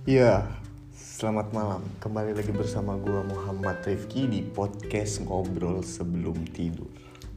Ya, selamat malam. Kembali lagi bersama gue Muhammad Rifki di podcast Ngobrol Sebelum Tidur.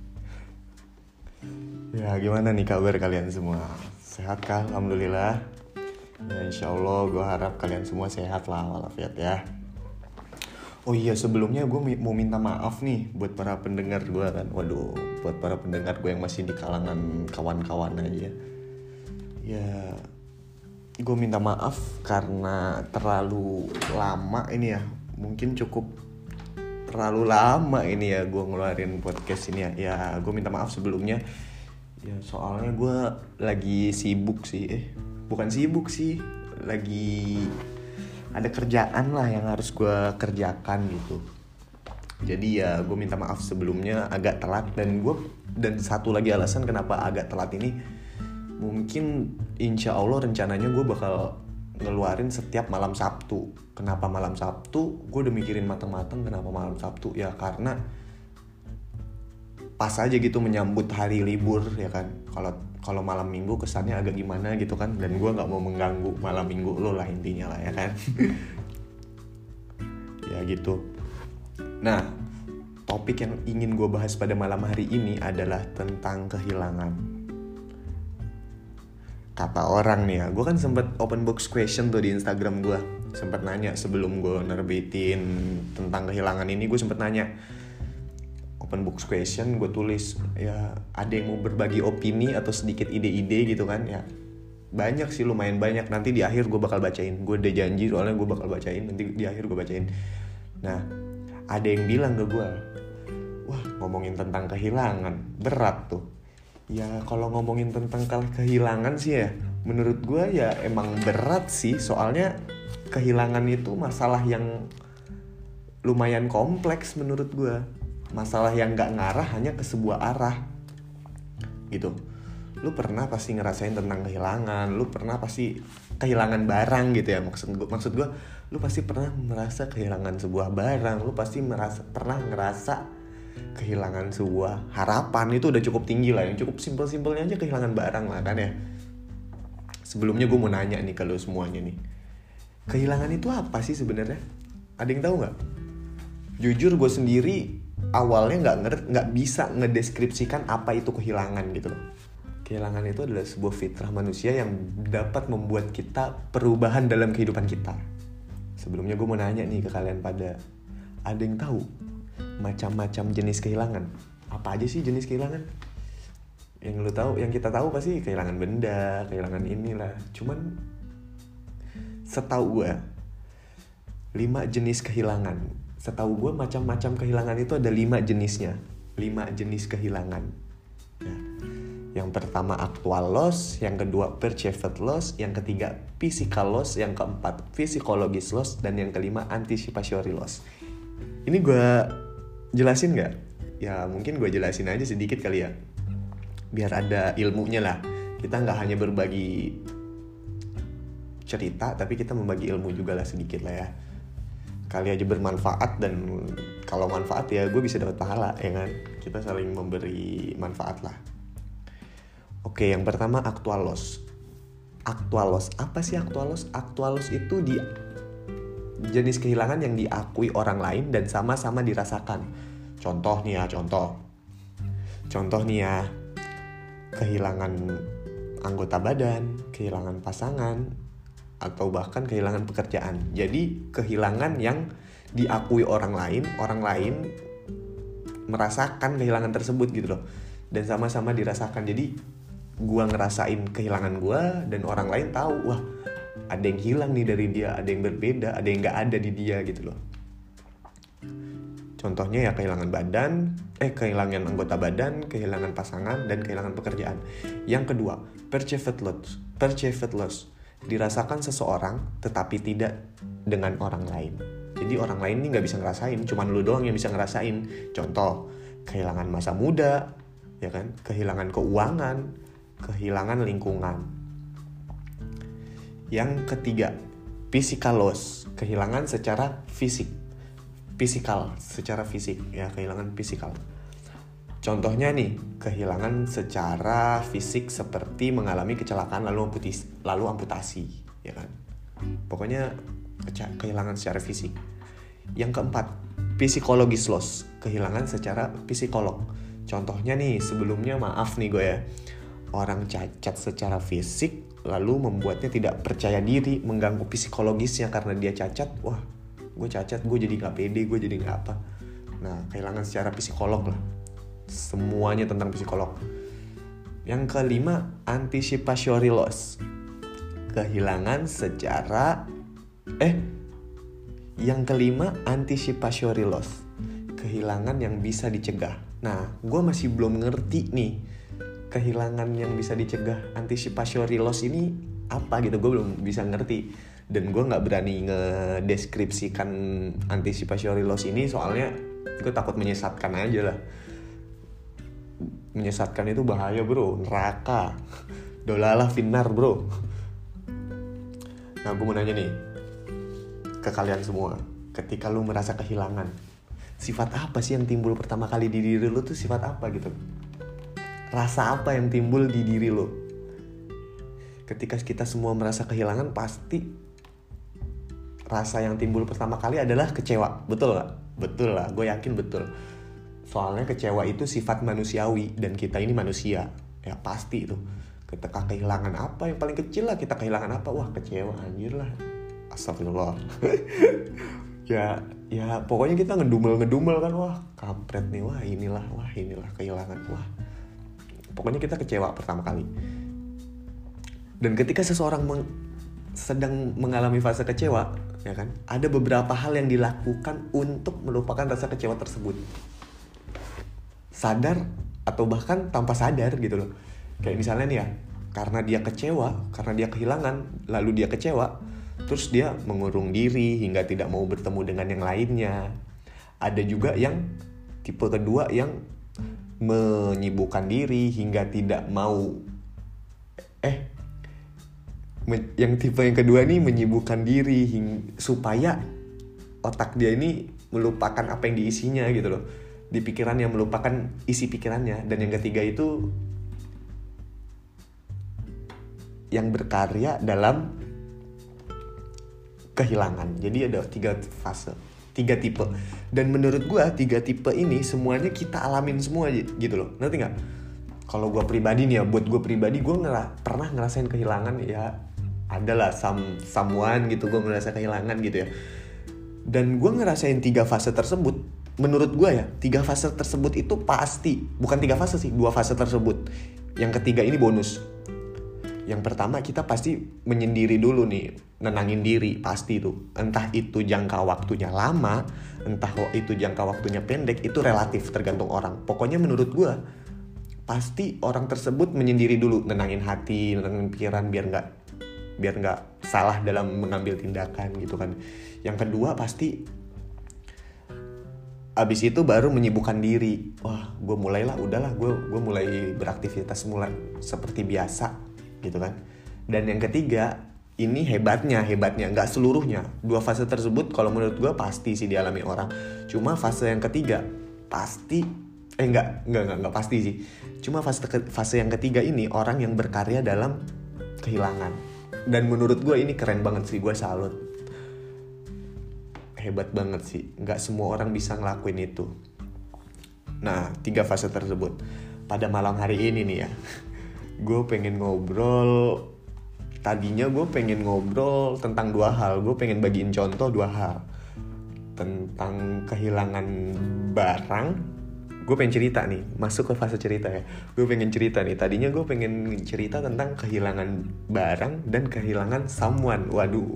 Ya, gimana nih kabar kalian semua? Sehat kah? Alhamdulillah. Ya, insya Allah gue harap kalian semua sehat lah walafiat ya. Oh iya, sebelumnya gue mau minta maaf nih buat para pendengar gue kan. Waduh, buat para pendengar gue yang masih di kalangan kawan-kawan aja. Ya, gue minta maaf karena terlalu lama ini ya. Mungkin cukup terlalu lama ini ya gue ngeluarin podcast ini ya. Ya, gue minta maaf sebelumnya. Ya, soalnya gue lagi sibuk sih. Bukan sibuk sih. Lagi ada kerjaan lah yang harus gue kerjakan gitu. Jadi ya gue minta maaf sebelumnya agak telat. Dan satu lagi alasan kenapa agak telat ini, mungkin insya Allah rencananya gue bakal ngeluarin setiap malam Sabtu. Kenapa malam Sabtu? Gue udah mikirin matang-matang kenapa malam Sabtu. Ya karena pas aja gitu menyambut hari libur ya kan. Kalau malam Minggu kesannya agak gimana gitu kan. Dan gue gak mau mengganggu malam Minggu lo lah intinya lah ya kan. Ya gitu. Nah, topik yang ingin gue bahas pada malam hari ini adalah tentang kehilangan. Kata orang nih ya, gue kan sempet open box question tuh di Instagram gue. Sempet nanya sebelum gue nerbitin tentang kehilangan ini, gue sempet nanya. Open box question gue tulis, ya ada yang mau berbagi opini atau sedikit ide-ide gitu kan ya. Banyak sih, lumayan banyak. Nanti di akhir gue bakal bacain. Gue udah janji soalnya gue bakal bacain. Nanti di akhir gue bacain. Nah, ada yang bilang ke gue, wah ngomongin tentang kehilangan, berat tuh. Ya kalau ngomongin tentang kehilangan sih ya, menurut gue ya emang berat sih. Soalnya kehilangan itu masalah yang lumayan kompleks menurut gue. Masalah yang gak ngarah hanya ke sebuah arah gitu. Lu pernah pasti ngerasain tentang kehilangan. Lu pernah pasti kehilangan barang gitu ya. Maksud gue lu pasti pernah merasa kehilangan sebuah barang. Lu pasti pernah ngerasa kehilangan sebuah harapan. Itu udah cukup tinggi lah. Yang cukup simpel-simpelnya aja kehilangan barang lah kan ya. Sebelumnya gue mau nanya nih ke lu semuanya nih, kehilangan itu apa sih sebenarnya? Ada yang tahu nggak? Jujur gue sendiri awalnya nggak bisa ngedeskripsikan apa itu kehilangan gitu loh. Kehilangan itu adalah sebuah fitrah manusia yang dapat membuat kita perubahan dalam kehidupan kita. Sebelumnya gue mau nanya nih ke kalian pada, ada yang tahu macam-macam jenis kehilangan? Apa aja sih jenis kehilangan? Yang lu tahu, yang kita tahu pasti kehilangan benda, kehilangan inilah. Cuman setahu gue 5 jenis kehilangan. Setahu gue macam-macam kehilangan itu ada 5 jenisnya. 5 jenis kehilangan. Nah, yang pertama actual loss, yang kedua perceived loss, yang ketiga physical loss, yang keempat physiologis loss, dan yang kelima anticipatory loss. Ini gue jelasin gak? Ya mungkin gue jelasin aja sedikit kali ya, biar ada ilmunya lah. Kita gak hanya berbagi cerita, tapi kita membagi ilmu juga lah sedikit lah ya. Kali aja bermanfaat, dan kalau manfaat ya gue bisa dapat pahala ya kan. Kita saling memberi manfaat lah. Oke, yang pertama actual loss. Actual loss, apa sih actual loss? Actual loss itu jenis kehilangan yang diakui orang lain dan sama-sama dirasakan. Contoh nih ya, kehilangan anggota badan, kehilangan pasangan, atau bahkan kehilangan pekerjaan. Jadi kehilangan yang diakui orang lain merasakan kehilangan tersebut gitu loh. Dan sama-sama dirasakan. Jadi gua ngerasain kehilangan gua dan orang lain tahu, wah ada yang hilang nih dari dia, ada yang berbeda, ada yang gak ada di dia gitu loh. Contohnya ya kehilangan anggota badan, kehilangan pasangan, dan kehilangan pekerjaan. Yang kedua, perceived loss. Dirasakan seseorang tetapi tidak dengan orang lain. Jadi orang lain nih gak bisa ngerasain, cuman lu doang yang bisa ngerasain. Contoh, kehilangan masa muda, ya kan? Kehilangan keuangan, kehilangan lingkungan. Yang ketiga, physical loss. Kehilangan secara secara fisik, ya kehilangan fisikal. Contohnya nih, kehilangan secara fisik seperti mengalami kecelakaan lalu amputasi, ya kan? Pokoknya kehilangan secara fisik. Yang keempat, psikologis loss, kehilangan secara psikolog. Contohnya nih, sebelumnya maaf nih gue ya, orang cacat secara fisik lalu membuatnya tidak percaya diri, mengganggu psikologisnya karena dia cacat. Wah, gue cacat, gue jadi gak pede, gue jadi gak apa. Nah, kehilangan secara psikolog lah. Semuanya tentang psikolog. Yang kelima, anticipatory loss, kehilangan secara yang kelima, anticipatory loss, kehilangan yang bisa dicegah. Nah, gue masih belum ngerti nih, kehilangan yang bisa dicegah, anticipatory loss ini apa gitu. Gue belum bisa ngerti. Dan gue gak berani ngedeskripsikan anticipatory loss ini, soalnya gue takut menyesatkan aja lah. Menyesatkan itu bahaya bro, neraka, dolalah finnar bro. Nah, gue mau nanya nih ke kalian semua, ketika lu merasa kehilangan, sifat apa sih yang timbul pertama kali di diri lu tuh, sifat apa gitu? Rasa apa yang timbul di diri lu? Ketika kita semua merasa kehilangan, pasti rasa yang timbul pertama kali adalah kecewa, betul gak? Betul lah, gue yakin betul. Soalnya kecewa itu sifat manusiawi, dan kita ini manusia, ya pasti itu. Ketika kehilangan apa, yang paling kecil lah kita kehilangan apa, wah kecewa, anjir lah. Astagfirullah. ya pokoknya kita ngedumel kan, wah kampret nih, wah inilah kehilangan, wah pokoknya kita kecewa pertama kali. Dan ketika seseorang sedang mengalami fase kecewa, ya kan, ada beberapa hal yang dilakukan untuk melupakan rasa kecewa tersebut, sadar atau bahkan tanpa sadar gitu loh. Kayak misalnya nih ya, karena dia kecewa, karena dia kehilangan, lalu dia kecewa, terus dia mengurung diri hingga tidak mau bertemu dengan yang lainnya. Ada juga yang tipe kedua yang menyibukkan diri hingga tidak mau yang tipe yang kedua nih menyibukkan diri supaya otak dia ini melupakan apa yang diisinya gitu loh, di pikirannya, melupakan isi pikirannya. Dan yang ketiga itu yang berkarya dalam kehilangan. Jadi ada 3 fase, 3 tipe. Dan menurut gue 3 tipe ini semuanya kita alamin semua gitu loh. Ngerti gak? Kalau gue pribadi nih ya, buat gue pribadi, gue pernah ngerasain kehilangan ya. Adalah someone gitu, gue ngerasa kehilangan gitu ya. Dan gue ngerasain 3 fase tersebut. Menurut gue ya, 3 fase tersebut itu pasti, bukan 3 fase sih, 2 fase tersebut. Yang ketiga ini bonus. Yang pertama kita pasti menyendiri dulu nih, nenangin diri, pasti itu. Entah itu jangka waktunya lama, entah itu jangka waktunya pendek, itu relatif tergantung orang. Pokoknya menurut gue, pasti orang tersebut menyendiri dulu, nenangin hati, nenangin pikiran biar nggak salah dalam mengambil tindakan gitu kan. Yang kedua pasti abis itu baru menyibukkan diri. Wah, gue mulailah, udahlah, gue mulai beraktivitas mulai seperti biasa gitu kan. Dan yang ketiga, ini hebatnya nggak seluruhnya. 2 fase tersebut kalau menurut gue pasti sih dialami orang. Cuma fase yang ketiga pasti nggak pasti sih. Cuma fase yang ketiga ini orang yang berkarya dalam kehilangan. Dan menurut gue ini keren banget sih, gue salut. Hebat banget sih, nggak semua orang bisa ngelakuin itu. Nah, 3 fase tersebut. Pada malam hari ini nih ya, gue pengen ngobrol. Tadinya gue pengen ngobrol tentang 2 hal. Gue pengen bagiin contoh 2 hal. Tentang kehilangan barang. Gue pengen cerita nih, masuk ke fase cerita ya. Gue pengen cerita nih, tadinya gue pengen cerita tentang kehilangan barang dan kehilangan someone. Waduh.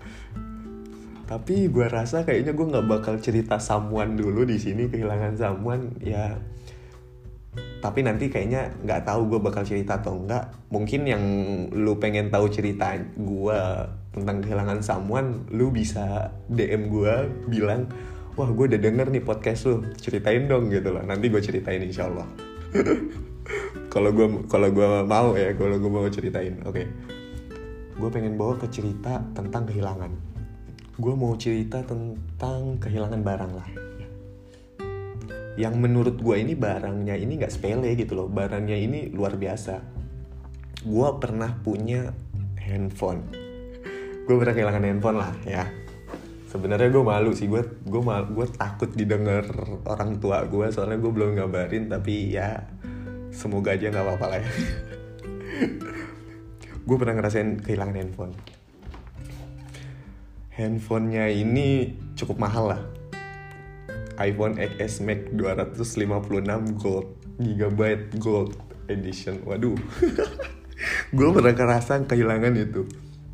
Tapi gue rasa kayaknya gue nggak bakal cerita someone dulu di sini, kehilangan someone ya. Tapi nanti kayaknya nggak tahu gue bakal cerita atau enggak. Mungkin yang lu pengen tahu cerita gue tentang kehilangan someone, lu bisa DM gue bilang, wah gue udah denger nih podcast lu, ceritain dong gitu loh. Nanti gue ceritain insyaallah. Kalau gue mau ya, kalau gue mau ceritain, oke. Gue pengen bawa ke cerita tentang kehilangan. Gue mau cerita tentang kehilangan barang lah. Yang menurut gue ini barangnya ini gak sepele gitu loh. Barangnya ini luar biasa. Gue pernah punya handphone. Gue pernah kehilangan handphone lah ya. Sebenarnya gue malu sih, gue takut didengar orang tua gue, soalnya gue belum ngabarin, tapi ya semoga aja nggak apa-apa lah ya. Gue pernah ngerasain kehilangan handphone. Handphonenya ini cukup mahal lah. iPhone XS Max 256 Gold GB Gold Edition. Waduh. Gue pernah ngerasa kehilangan itu.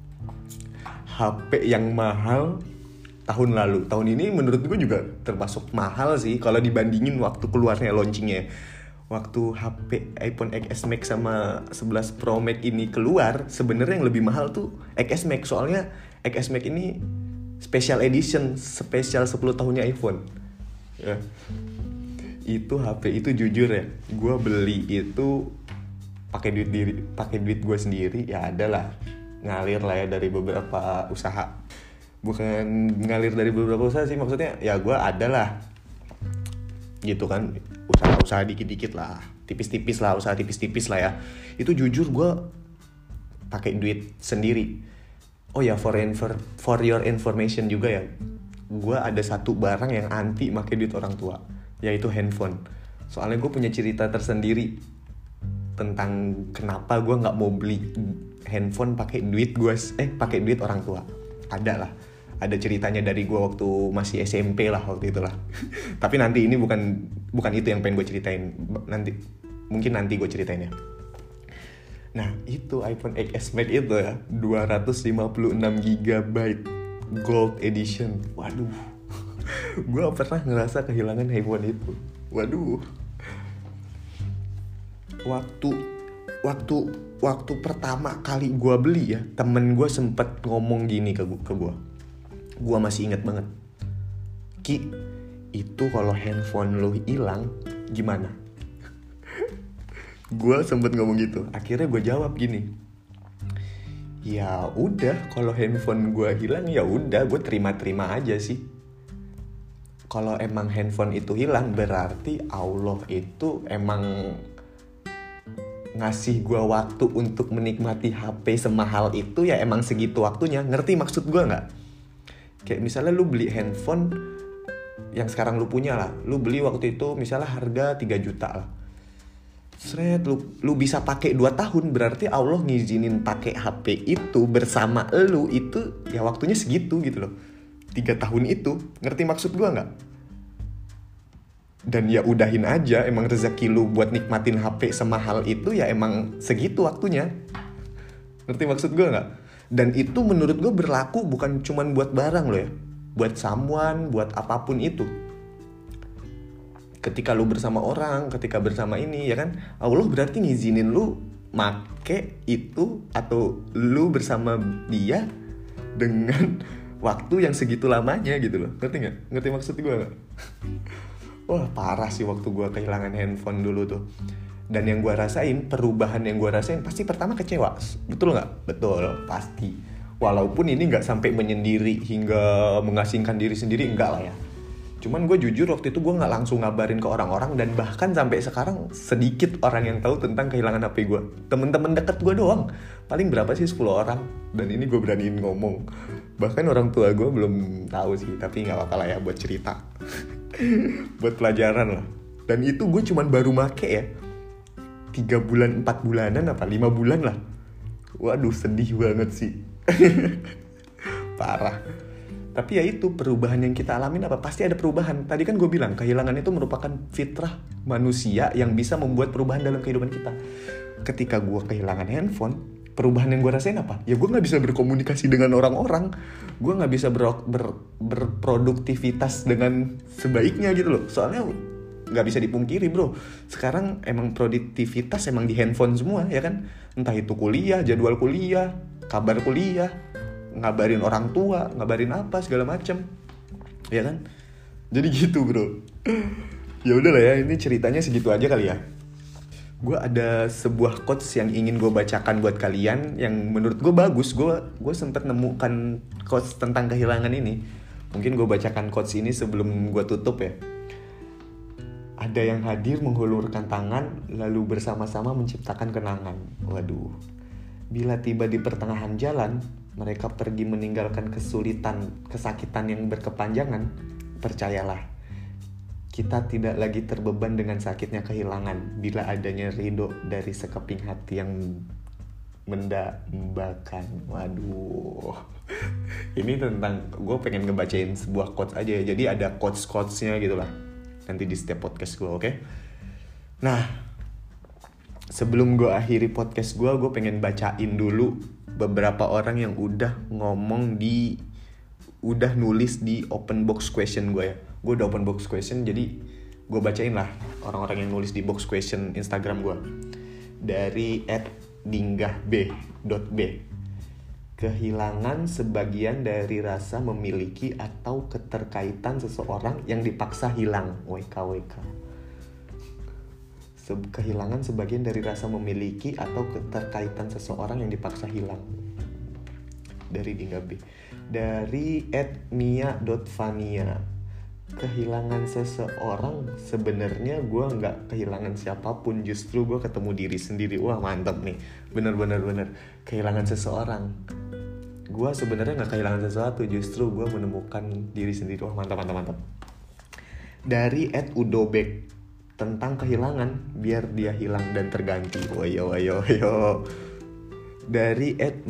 HP yang mahal tahun lalu. Tahun ini menurut gue juga termasuk mahal sih kalau dibandingin waktu keluarnya launchingnya. Waktu HP iPhone XS Max sama 11 Pro Max ini keluar, sebenarnya yang lebih mahal tuh XS Max. Soalnya XS Max ini special edition, spesial 10 tahunnya iPhone. Ya. Itu HP itu jujur ya, gue beli itu pakai duit gue sendiri. Ya adalah ngalir lah ya dari beberapa usaha. Bukan ngalir dari beberapa usaha sih, maksudnya ya gue ada lah gitu kan, usaha dikit-dikit lah, tipis-tipis lah, usaha tipis-tipis lah ya. Itu jujur gue pakai duit sendiri. Oh ya, for your information juga ya, gue ada satu barang yang anti pakai duit orang tua, yaitu handphone. Soalnya gue punya cerita tersendiri tentang kenapa gue nggak mau beli handphone pakai duit orang tua. Ada ceritanya dari gue waktu masih SMP lah waktu itulah. Tapi nanti ini bukan itu yang pengen gue ceritain. Mungkin nanti gue ceritain ya. Nah itu iPhone XS Max itu ya, 256 GB Gold Edition. Waduh. Gue pernah ngerasa kehilangan handphone itu. Waduh. Waktu pertama kali gue beli ya, temen gue sempet ngomong gini ke gue. Gue masih ingat banget. Ki, itu kalau handphone lo hilang gimana? Gue sempet ngomong gitu. Akhirnya gue jawab gini, ya udah, kalau handphone gue hilang ya udah, gue terima aja sih. Kalau emang handphone itu hilang, berarti Allah itu emang ngasih gue waktu untuk menikmati HP semahal itu, ya emang segitu waktunya. Ngerti maksud gue gak? Kayak misalnya lu beli handphone yang sekarang lu punya lah, lu beli waktu itu misalnya harga 3 juta lah. Seret, lu bisa pakai 2 tahun, berarti Allah ngizinin pakai HP itu bersama lu itu ya waktunya segitu gitu loh. 3 tahun itu, ngerti maksud gue gak? Dan ya udahin aja, emang rezeki lu buat nikmatin HP semahal itu ya emang segitu waktunya. Ngerti maksud gue gak? Dan itu menurut gue berlaku bukan cuman buat barang lo ya, buat someone, buat apapun itu. Ketika lu bersama orang, ketika bersama ini ya kan, Allah berarti ngizinin lu make itu atau lu bersama dia dengan waktu yang segitu lamanya gitu loh. Ngerti gak? Ngerti maksud gue gak? Wah parah sih waktu gue kehilangan handphone dulu tuh. Dan yang gue rasain, perubahan yang gue rasain pasti pertama kecewa. Betul gak? Betul, pasti. Walaupun ini gak sampai menyendiri hingga mengasingkan diri sendiri, enggak lah ya. Cuman gue jujur waktu itu gue gak langsung ngabarin ke orang-orang. Dan bahkan sampai sekarang sedikit orang yang tahu tentang kehilangan HP gue. Temen-temen deket gue doang. Paling berapa sih, 10 orang. Dan ini gue beraniin ngomong. Bahkan orang tua gue belum tahu sih. Tapi gak apa-apa lah ya buat cerita. Buat pelajaran lah. Dan itu gue cuman baru make ya 3 bulan, 4 bulanan apa 5 bulan lah. Waduh sedih banget sih. Parah. Tapi ya itu perubahan yang kita alamin apa? Pasti ada perubahan. Tadi kan gue bilang kehilangan itu merupakan fitrah manusia yang bisa membuat perubahan dalam kehidupan kita. Ketika gue kehilangan handphone, perubahan yang gue rasain apa? Ya gue gak bisa berkomunikasi dengan orang-orang. Gue gak bisa berproduktivitas dengan sebaiknya gitu loh. Soalnya gak bisa dipungkiri bro, sekarang emang produktivitas emang di handphone semua ya kan. Entah itu kuliah, jadwal kuliah, kabar kuliah, ngabarin orang tua, ngabarin apa segala macem, ya kan. Jadi gitu bro. Ya udah lah ya, ini ceritanya segitu aja kali ya. Gue ada sebuah quotes yang ingin gue bacakan buat kalian, yang menurut gue bagus. Gue sempet nemukan quotes tentang kehilangan ini. Mungkin gue bacakan quotes ini sebelum gue tutup ya. Ada yang hadir menghulurkan tangan, lalu bersama-sama menciptakan kenangan. Waduh. Bila tiba di pertengahan jalan, mereka pergi meninggalkan kesakitan yang berkepanjangan, percayalah, kita tidak lagi terbeban dengan sakitnya kehilangan bila adanya ridho dari sekeping hati yang mendambakan. Waduh, ini tentang, gue pengen ngebacain sebuah quotes aja, jadi ada quotes-quotesnya gitu lah nanti di setiap podcast gue, oke? Nah, sebelum gue akhiri podcast gue pengen bacain dulu beberapa orang yang udah nulis di open box question gue ya. Gue udah open box question, jadi gue bacain lah orang-orang yang nulis di box question Instagram gue. Dari @dinggahb.b. Kehilangan sebagian dari rasa memiliki atau keterkaitan seseorang yang dipaksa hilang. WKWK. Kehilangan sebagian dari rasa memiliki atau keterkaitan seseorang yang dipaksa hilang. Dari Dinggah B. Dari @mia.vania. Kehilangan seseorang, sebenarnya gue nggak kehilangan siapapun, justru gue ketemu diri sendiri. Wah, mantap nih, bener. Kehilangan seseorang, gue sebenarnya nggak kehilangan sesuatu, justru gue menemukan diri sendiri. Wah, mantap. Dari @udobek, tentang kehilangan, biar dia hilang dan terganti. Wayo. Dari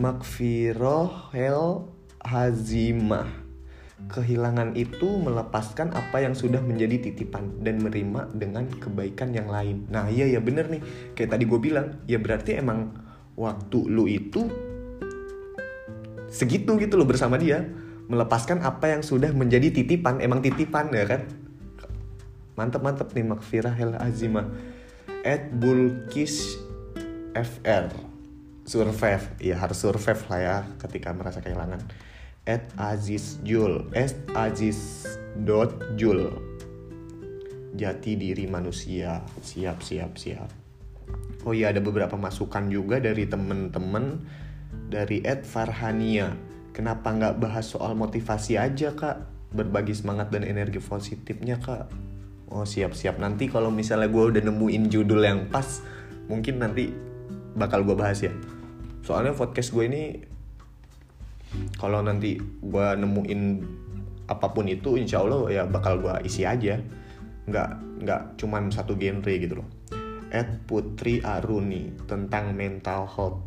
@makfirohel hazimah. Kehilangan itu melepaskan apa yang sudah menjadi titipan dan menerima dengan kebaikan yang lain. Nah iya bener nih, kayak tadi gue bilang, ya berarti emang waktu lu itu segitu gitu loh bersama dia, melepaskan apa yang sudah menjadi titipan, emang titipan ya kan. Mantap nih Makfirahel Azimah. @bulkisfr, survive, ya harus survive lah ya ketika merasa kehilangan. @azizjul, @aziz.jul, jati diri manusia. Siap. Oh iya, ada beberapa masukan juga dari temen-temen. Dari @farhania, kenapa nggak bahas soal motivasi aja kak, berbagi semangat dan energi positifnya kak. Oh siap, nanti kalau misalnya gue udah nemuin judul yang pas, mungkin nanti bakal gue bahas ya. Soalnya podcast gue ini, kalau nanti gue nemuin apapun itu, insya Allah ya bakal gue isi aja, nggak cuman satu genre gitu loh. @putri aruni, tentang mental health.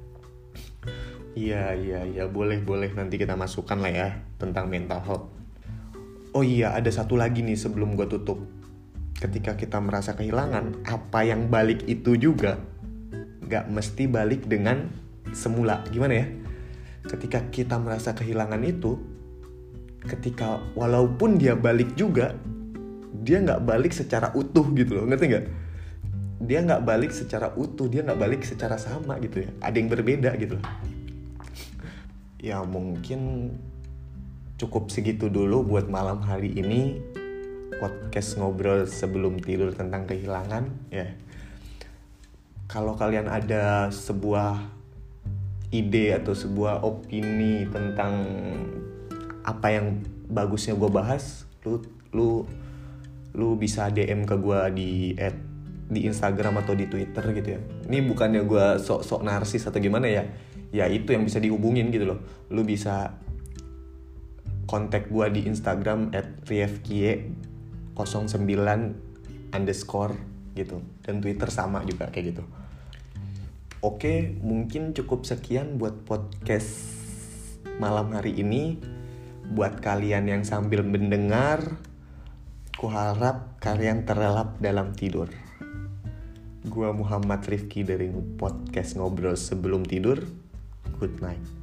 Iya, boleh nanti kita masukkan lah ya tentang mental health. Oh iya, ada satu lagi nih sebelum gue tutup. Ketika kita merasa kehilangan, apa yang balik itu juga nggak mesti balik dengan semula. Gimana ya? Ketika kita merasa kehilangan itu, ketika walaupun dia balik juga, dia nggak balik secara utuh gitu loh, ngerti nggak? Dia nggak balik secara utuh, dia nggak balik secara sama gitu ya. Ada yang berbeda gitu loh. Ya mungkin cukup segitu dulu buat malam hari ini, podcast ngobrol sebelum tidur tentang kehilangan ya. Kalau kalian ada sebuah ide atau sebuah opini tentang apa yang bagusnya gue bahas, lu bisa DM ke gue di Instagram atau di Twitter gitu ya. Ini bukannya gue sok narsis atau gimana ya. Ya itu yang bisa dihubungin gitu loh. Lu bisa kontak gue di Instagram @riefkie09_ gitu. Dan Twitter sama juga kayak gitu. Oke, mungkin cukup sekian buat podcast malam hari ini. Buat kalian yang sambil mendengar, kuharap kalian terlelap dalam tidur. Gua Muhammad Rifki dari podcast Ngobrol Sebelum Tidur. Good night.